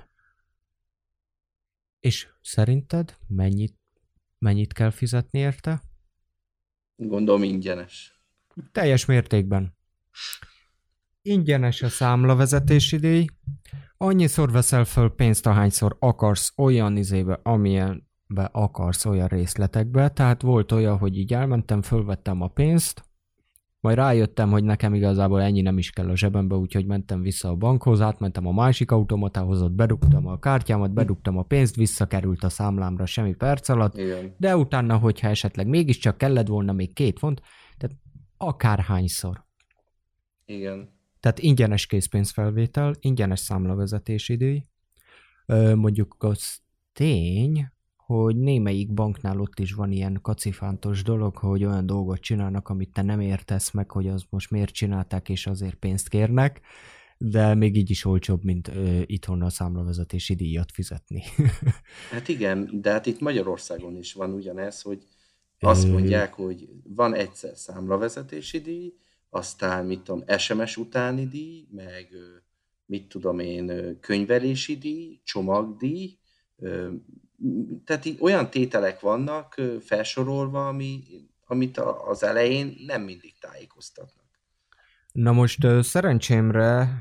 És szerinted mennyit kell fizetni érte? Gondolom ingyenes. Teljes mértékben. Ingyenes a számlavezetési díj, annyiszor veszel föl pénzt, ahányszor akarsz olyan izébe, amilyenbe akarsz, olyan részletekbe. Tehát volt olyan, hogy így elmentem, fölvettem a pénzt, majd rájöttem, hogy nekem igazából ennyi nem is kell a zsebembe, úgyhogy mentem vissza a bankhoz, átmentem a másik automatához, ott bedugtam a kártyámat, bedugtam a pénzt, visszakerült a számlámra semmi perc alatt, Igen. de utána, hogyha esetleg mégiscsak kellett volna még 2 font, tehát akárhányszor. Igen. Tehát ingyenes készpénzfelvétel, ingyenes számlavezetési díj. Mondjuk az tény, hogy némelyik banknál ott is van ilyen kacifántos dolog, hogy olyan dolgot csinálnak, amit te nem értesz meg, hogy az most miért csinálták, és azért pénzt kérnek, de még így is olcsóbb, mint itthon a számlavezetési díjat fizetni. Hát igen, de hát itt Magyarországon is van ugyanez, hogy azt mondják, hogy van egyszer számlavezetési díj, aztán mit tudom, SMS utáni díj, meg mit tudom én, könyvelési díj, csomagdíj, tehát így olyan tételek vannak felsorolva, amit az elején nem mindig tájékoztatnak. Na most szerencsémre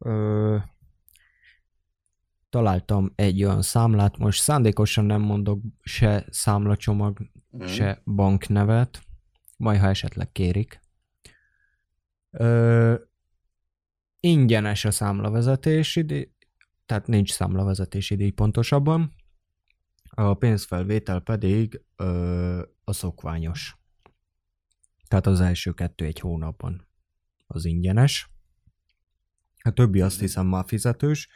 találtam egy olyan számlát, most szándékosan nem mondok se számlacsomag, se banknevet, majd ha esetleg kérik. Ingyenes a számlavezetési díj, tehát nincs számlavezetési díj pontosabban, a pénzfelvétel pedig a szokványos. Tehát az első 2 egy hónapban az ingyenes. A többi azt hiszem már fizetős.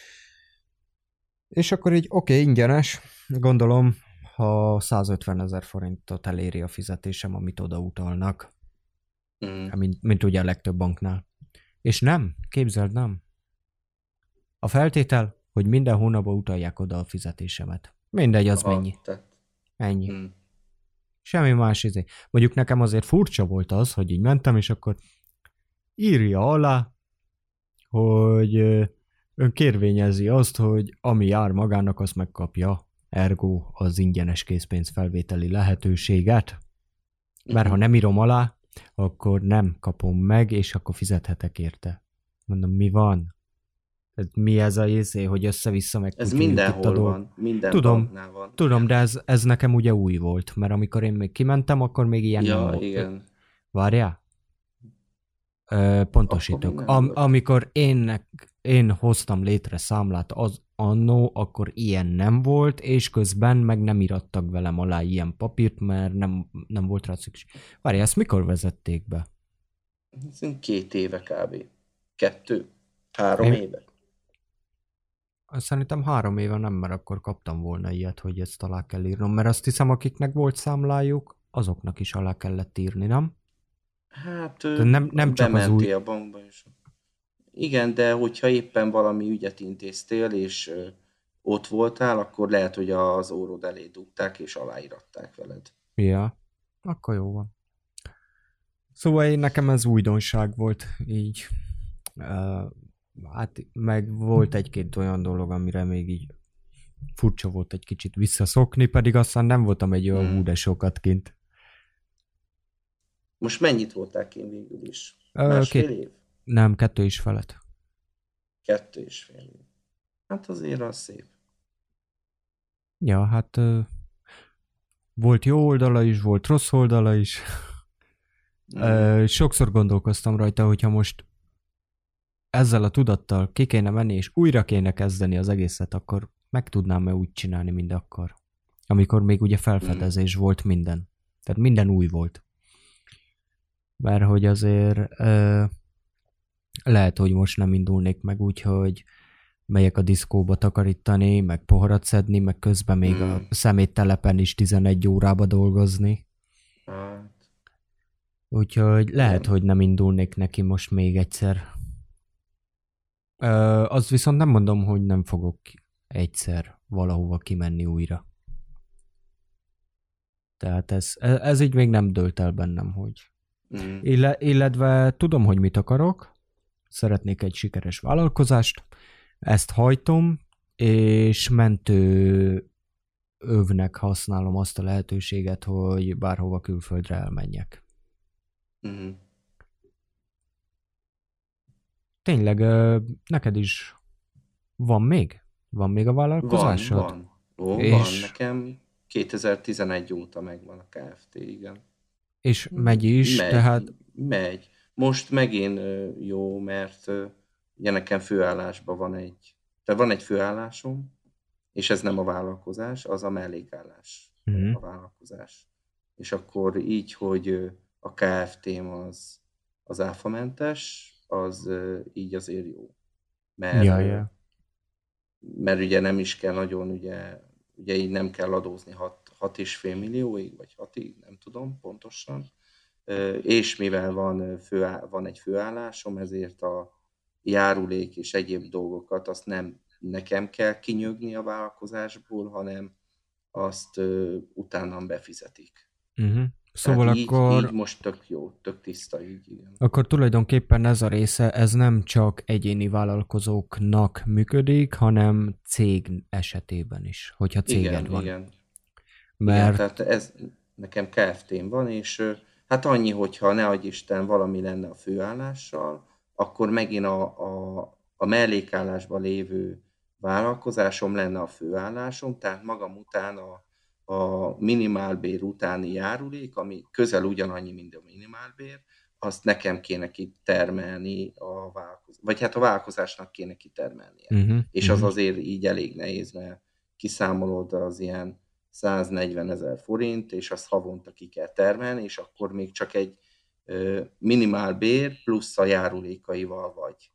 És akkor így oké, ingyenes, gondolom, ha 150 000 forintot eléri a fizetésem, amit oda utalnak, mint ugye a legtöbb banknál. És nem, képzeld, nem. A feltétel, hogy minden hónapban utalják oda a fizetésemet. Mindegy, az mennyi. Ennyi. Semmi más izé. Mondjuk nekem azért furcsa volt az, hogy így mentem, és akkor írja alá, hogy ön kérvényezi azt, hogy ami jár magának, azt megkapja, ergo az ingyenes készpénzfelvételi lehetőséget. Mert ha nem írom alá, akkor nem kapom meg, és akkor fizethetek érte. Mondom, mi van? Mi ez a izé, hogy össze-vissza meg ez mindenhol van, minden banknál van. Tudom, de ez nekem ugye új volt, mert amikor én még kimentem, akkor még ilyen nem volt. Igen. Várjál? Pontosítok. Amikor én hoztam létre számlát az annó, akkor ilyen nem volt, és közben meg nem irattak velem alá ilyen papírt, mert nem volt rá szükség. Várjál, ezt mikor vezették be? 2 éve kb. 2, 3 éve. Szerintem 3 éve nem, mert akkor kaptam volna ilyet, hogy ezt alá kell írnom, mert azt hiszem, akiknek volt számlájuk, azoknak is alá kellett írni, nem? Hát nem csak az új... a bankba is. Igen, de hogyha éppen valami ügyet intéztél, és ott voltál, akkor lehet, hogy az órod elé dugták, és aláíratták veled. Ja, akkor jó van. Szóval nekem ez újdonság volt így. Hát meg volt egy-két olyan dolog, amire még így furcsa volt egy kicsit visszaszokni, pedig aztán nem voltam egy olyan hú de sokat kint. Most mennyit voltál kint végül is? Ö, Másfél két, év? nem, 2 felett. 2,5 év. Hát azért az szép. Ja, hát volt jó oldala is, volt rossz oldala is. Sokszor gondolkoztam rajta, hogyha most ezzel a tudattal ki kéne menni, és újra kéne kezdeni az egészet, akkor meg tudnám-e úgy csinálni, mint akkor. Amikor még ugye felfedezés volt minden. Tehát minden új volt. Mert hogy azért lehet, hogy most nem indulnék meg úgy, hogy megyek a diszkóba takarítani, meg poharat szedni, meg közben még a szeméttelepen is 11 órába dolgozni. Hát. Úgyhogy lehet, hogy nem indulnék neki most még egyszer. Azt viszont nem mondom, hogy nem fogok egyszer valahova kimenni újra. Tehát ez így még nem dőlt el bennem, hogy... Illetve tudom, hogy mit akarok. Szeretnék egy sikeres vállalkozást. Ezt hajtom, és mentő övnek használom azt a lehetőséget, hogy bárhova külföldre elmenjek. Tényleg, neked is van még? Van még a vállalkozásod? Van. Nekem 2011 óta megvan a Kft. Igen. És megy is, tehát... Megy. Most megint jó, mert ugye nekem főállásban van egy főállásom, és ez nem a vállalkozás, az a mellékállás, a vállalkozás. És akkor így, hogy a Kft-m az áfamentes, az így azért jó. Mert ugye nem is kell nagyon, ugye így nem kell adózni 6,5 millióig, vagy 6-ig, nem tudom pontosan. És mivel van egy főállásom, ezért a járulék és egyéb dolgokat azt nem nekem kell kinyögni a vállalkozásból, hanem azt utána befizetik. Szóval akkor... Így most tök jó, tök tiszta így, igen. Akkor tulajdonképpen ez a része, ez nem csak egyéni vállalkozóknak működik, hanem cég esetében is, hogyha céged van. Igen. Mert... Igen, tehát ez nekem Kft-n van, és hát annyi, hogyha ne adj Isten valami lenne a főállással, akkor megint a mellékállásban lévő vállalkozásom lenne a főállásom, tehát magam után a minimálbér utáni járulék, ami közel ugyanannyi, mint a minimálbér, azt nekem kéne kitermelni vagy hát a vállalkozásnak kéne kitermelnie. És az azért így elég nehéz, mert kiszámolod az ilyen 140 000 forint, és azt havonta ki kell termelni, és akkor még csak egy minimálbér plusz a járulékaival vagy.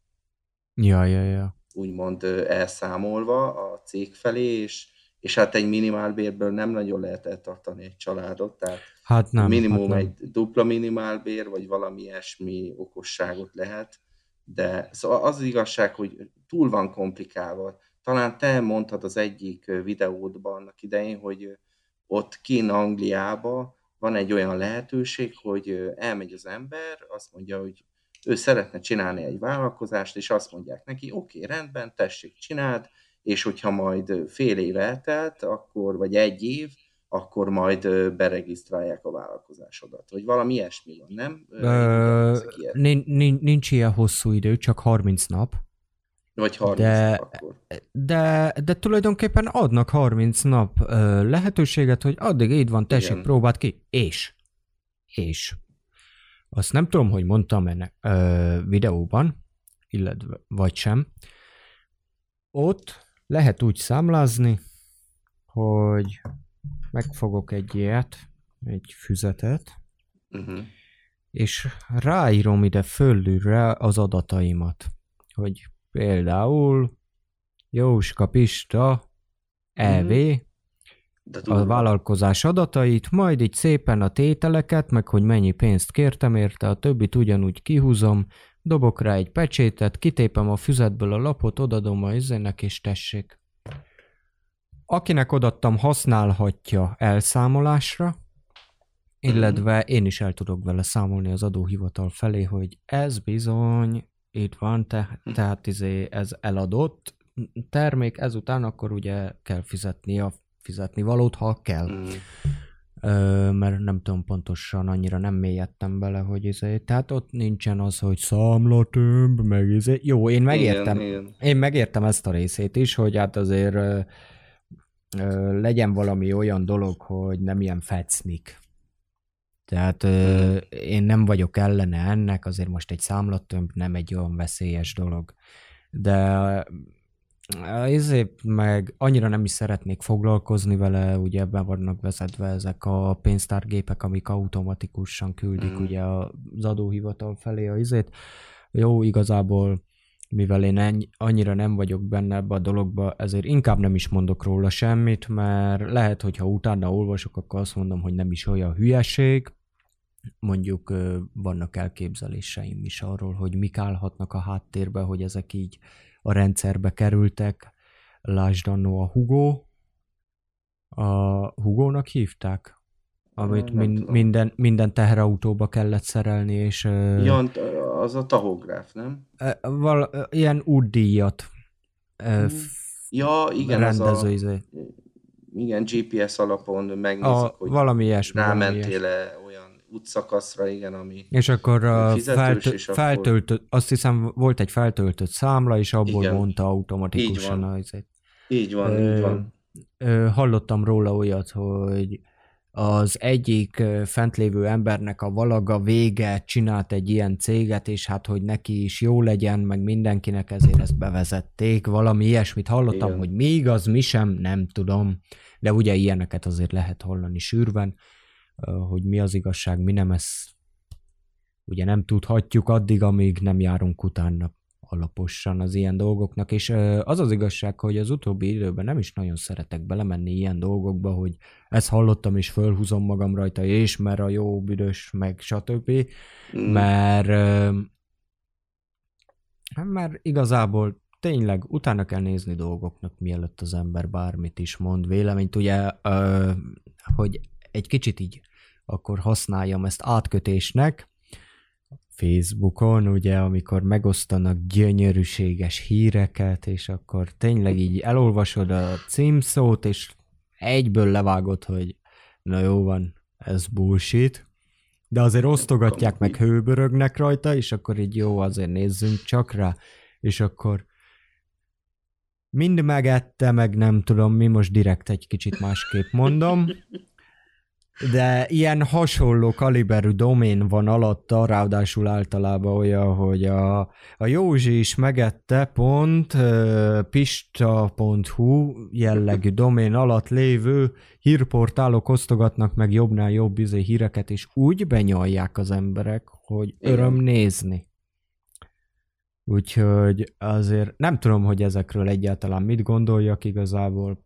Ja. Úgymond elszámolva a cég felé, és hát egy minimálbérből nem nagyon lehet eltartani egy családot, tehát hát nem, minimum egy dupla minimálbér, vagy valami ilyesmi okosságot lehet, de szóval az igazság, hogy túl van komplikálva. Talán te mondtad az egyik videódban annak idején, hogy ott kín Angliában van egy olyan lehetőség, hogy elmegy az ember, azt mondja, hogy ő szeretne csinálni egy vállalkozást, és azt mondják neki, oké, rendben, tessék, csináld, és hogyha majd fél év eltelt, akkor, vagy 1 év, akkor majd beregisztrálják a vállalkozásodat. Vagy valami ilyesmi van, nem? Nincs ilyen hosszú idő, csak 30 nap. Vagy 30 nap akkor. De tulajdonképpen adnak 30 nap lehetőséget, hogy addig így van, tessék, igen, próbáld ki, és azt nem tudom, hogy mondtam ennek videóban, illetve vagy sem. Ott lehet úgy számlázni, hogy megfogok egy ilyet, egy füzetet, és ráírom ide fölülre az adataimat, hogy például Jóska Pista EV, a vállalkozás adatait, majd így szépen a tételeket, meg hogy mennyi pénzt kértem érte, a többit ugyanúgy kihúzom, dobok rá egy pecsétet, kitépem a füzetből a lapot, odadom a izének, és tessék. Akinek odaadtam, használhatja elszámolásra, illetve én is el tudok vele számolni az adóhivatal felé, hogy ez bizony itt van, tehát ez eladott, termék, ezután akkor ugye kell fizetni valót, ha kell. Mert nem tudom pontosan, annyira nem mélyedtem bele, hogy tehát ott nincsen az, hogy számlatömb, meg Jó, én megértem. Igen. Én megértem ezt a részét is, hogy hát azért legyen valami olyan dolog, hogy nem ilyen fecnik. Tehát én nem vagyok ellene ennek, azért most egy számlatömb nem egy olyan veszélyes dolog. De ezért meg annyira nem is szeretnék foglalkozni vele, ugye ebben vannak vezetve ezek a pénztárgépek, amik automatikusan küldik ugye az adóhivatal felé a izét. Jó, igazából mivel én annyira nem vagyok benne ebbe a dologba, ezért inkább nem is mondok róla semmit, mert lehet, hogyha utána olvasok, akkor azt mondom, hogy nem is olyan hülyeség. Mondjuk vannak elképzeléseim is arról, hogy mik állhatnak a háttérbe, hogy ezek így a rendszerbe kerültek. Lásd annó a Hugo. A Hugónak hívták? Amit minden teherautóba kellett szerelni, és... az a tahográf, nem? Ilyen útdíjat ja, igen, rendező. Igen, GPS alapon megnézik, hogy valami ilyesmi, rámentél-e olyan útszakaszra, igen, ami és akkor fizetős, feltöltött, azt hiszem volt egy feltöltött számla, és abból igen, mondta automatikusan azért. Így van. Hallottam róla olyat, hogy az egyik fentlévő embernek a valaga vége csinált egy ilyen céget, és hát, hogy neki is jó legyen, meg mindenkinek, ezért ezt bevezették. Valami ilyesmit hallottam, igen. Hogy mi igaz, mi sem, nem tudom. De ugye ilyeneket azért lehet hallani sűrűn, hogy mi az igazság, mi nem, ezt ugye nem tudhatjuk addig, amíg nem járunk utána alaposan az ilyen dolgoknak, és az az igazság, hogy az utóbbi időben nem is nagyon szeretek belemenni ilyen dolgokba, hogy ezt hallottam, és fölhúzom magam rajta, és mert a jó büdös, meg stb. Mert igazából tényleg utána kell nézni dolgoknak, mielőtt az ember bármit is mond. Véleményt ugye, hogy egy kicsit így akkor használjam ezt átkötésnek, Facebookon, ugye, amikor megosztanak gyönyörűséges híreket, és akkor tényleg így elolvasod a címszót, és egyből levágod, hogy na jó van, ez bullshit, de azért osztogatják, meg hőbörögnek rajta, és akkor így jó, azért nézzünk csak rá, és akkor mind megette, meg nem tudom mi, most direkt egy kicsit másképp mondom, de ilyen hasonló kaliberű domén van alatta, ráadásul általában olyan, hogy a Józsi is megette pista.hu jellegű domén alatt lévő hírportálok osztogatnak meg jobbnál jobb híreket, és úgy benyalják az emberek, hogy öröm nézni. Úgyhogy azért nem tudom, hogy ezekről egyáltalán mit gondoljak igazából.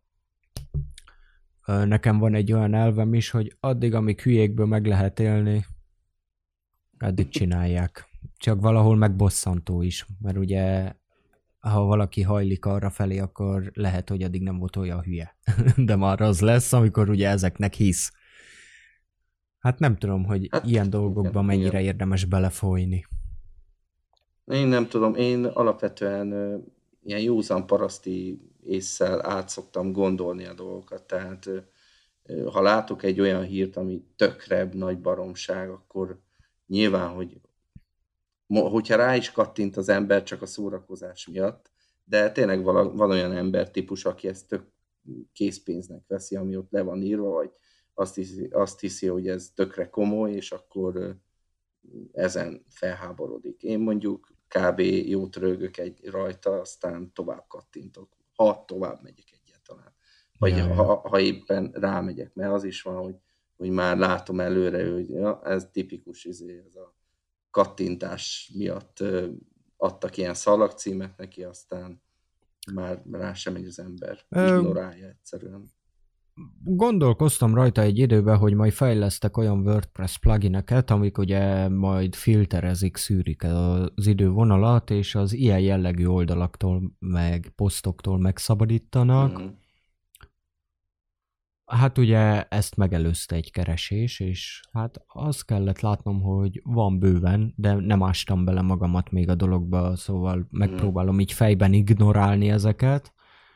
Nekem van egy olyan elvem is, hogy addig, amíg hülyékből meg lehet élni, addig csinálják. Csak valahol megbosszantó is, mert ugye, ha valaki hajlik arra felé, akkor lehet, hogy addig nem volt olyan hülye. De már az lesz, amikor ugye ezeknek hisz. Hát nem tudom, hogy ilyen dolgokban mennyire érdemes belefolyni. Én nem tudom, én alapvetően ilyen józan paraszti ésszel át szoktam gondolni a dolgokat, tehát ha látok egy olyan hírt, ami tökre nagy baromság, akkor nyilván, hogyha rá is kattint az ember csak a szórakozás miatt, de tényleg van olyan embertípus, aki ezt tök készpénznek veszi, ami ott le van írva, vagy azt hiszi, hogy ez tökre komoly, és akkor ezen felháborodik. Én mondjuk kb. Jót rögök rajta, aztán tovább kattintok, ha tovább megyek egyáltalán. Vagy ha éppen rámegyek, mert az is van, hogy már látom előre, hogy ez tipikus, ez a kattintás miatt adtak ilyen szalagcímet neki, aztán már rá sem megy az ember, ignorálja egyszerűen. Gondolkoztam rajta egy időben, hogy majd fejlesztek olyan WordPress plugineket, amik ugye majd filterezik, szűrik az idővonalat, és az ilyen jellegű oldalaktól, meg posztoktól megszabadítanak. Hát ugye ezt megelőzte egy keresés, és hát azt kellett látnom, hogy van bőven, de nem ástam bele magamat még a dologba, szóval Mm. megpróbálom így fejben ignorálni ezeket.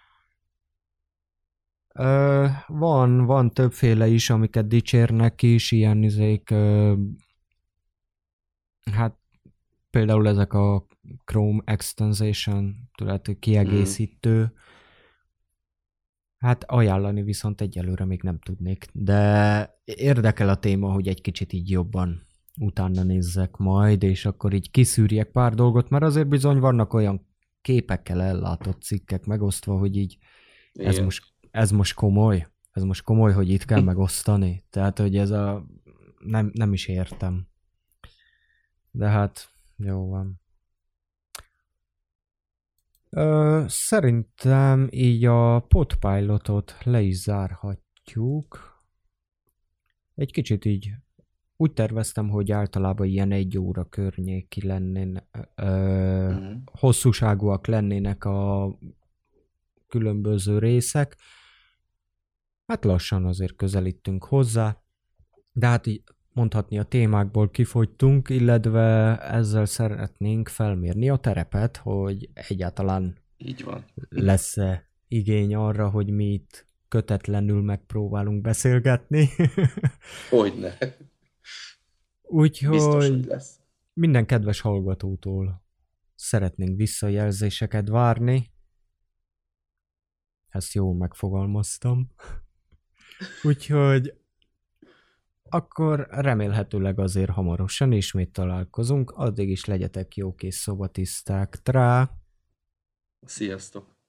Van többféle is, amiket dicsérnek is, ilyen izék, hát például ezek a Chrome Extension, tudod, Mm. kiegészítő, hát ajánlani viszont egyelőre még nem tudnék, de érdekel a téma, hogy egy kicsit így jobban utána nézzek majd, és akkor így kiszűrjek pár dolgot, mert azért bizony vannak olyan képekkel ellátott cikkek megosztva, hogy így ez Igen. most, ez most komoly, ez most komoly, hogy itt kell megosztani. Tehát, hogy ez a... Nem is értem. De hát, jó van. Szerintem így a Podpilotot le is zárhatjuk. Egy kicsit így úgy terveztem, hogy általában ilyen 1 óra környéki lennének, Mm. hosszúságúak lennének a különböző részek. Hát lassan azért közelítünk hozzá, de hát így mondhatni a témákból kifogytunk, illetve ezzel szeretnénk felmérni a terepet, hogy egyáltalán Így van. lesz-e igény arra, hogy mi itt kötetlenül megpróbálunk beszélgetni. Hogyne. Biztos, hogy Úgyhogy lesz. minden kedves hallgatótól szeretnénk visszajelzéseket várni. Ezt jól megfogalmaztam. Úgyhogy akkor remélhetőleg azért hamarosan ismét találkozunk. Addig is legyetek jók és szobatiszták. Trá! Sziasztok.